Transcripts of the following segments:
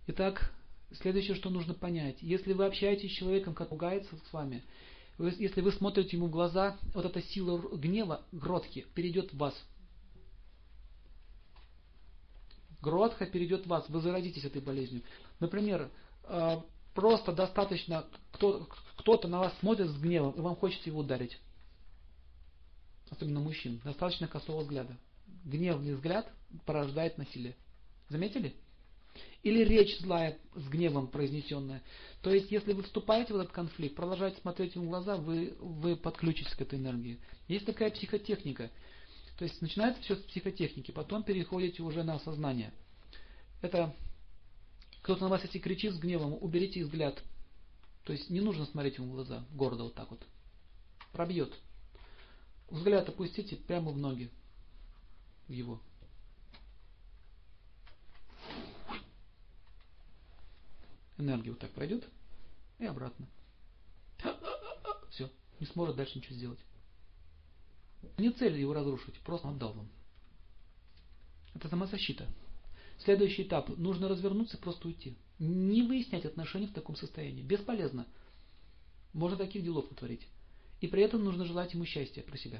Итак, следующее, что нужно понять. Если вы общаетесь с человеком, как ругается с вами, если вы смотрите ему в глаза, вот эта сила гнева, гротхи, перейдет в вас. Гротха перейдет в вас, вы заразитесь этой болезнью. Например, просто достаточно, кто-то на вас смотрит с гневом, и вам хочется его ударить. Особенно мужчин. Достаточно косого взгляда. Гневный взгляд порождает насилие. Заметили? Или речь злая с гневом произнесенная. То есть, если вы вступаете в этот конфликт, продолжаете смотреть ему в глаза, вы подключитесь к этой энергии. Есть такая психотехника. То есть, начинается все с психотехники, потом переходите уже на осознание. Это кто-то на вас если кричит с гневом, уберите взгляд. То есть, не нужно смотреть ему в глаза, гордо вот так вот. Пробьет. Взгляд опустите прямо в ноги. В его. Энергия вот так пройдет и обратно. Все, не сможет дальше ничего сделать. Не цель его разрушить, просто отдал вам. Это самозащита. Следующий этап. Нужно развернуться и просто уйти. Не выяснять отношения в таком состоянии. Бесполезно. Можно таких делов натворить. И при этом нужно желать ему счастья про себя.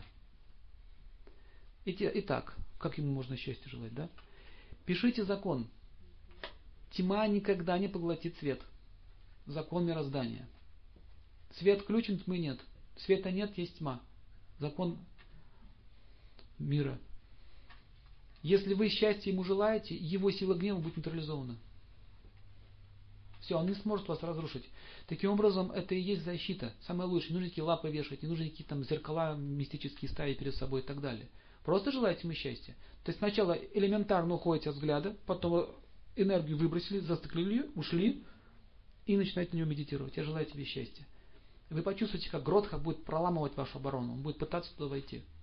Итак, как ему можно счастья желать, да? Пишите закон. Тьма никогда не поглотит свет. Закон мироздания. Свет включен, тьмы нет. Света нет, есть тьма. Закон мира. Если вы счастья ему желаете, его сила гнева будет нейтрализована. Все, он не сможет вас разрушить. Таким образом, это и есть защита. Самое лучшее. Не нужно никакие лапы вешать, не нужно никакие там зеркала мистические ставить перед собой и так далее. Просто желаете ему счастья. То есть сначала элементарно уходите от взгляда, потом энергию выбросили, зациклили ее, ушли и начинаете на него медитировать. Я желаю тебе счастья. Вы почувствуете, как Гротха будет проламывать вашу оборону. Он будет пытаться туда войти.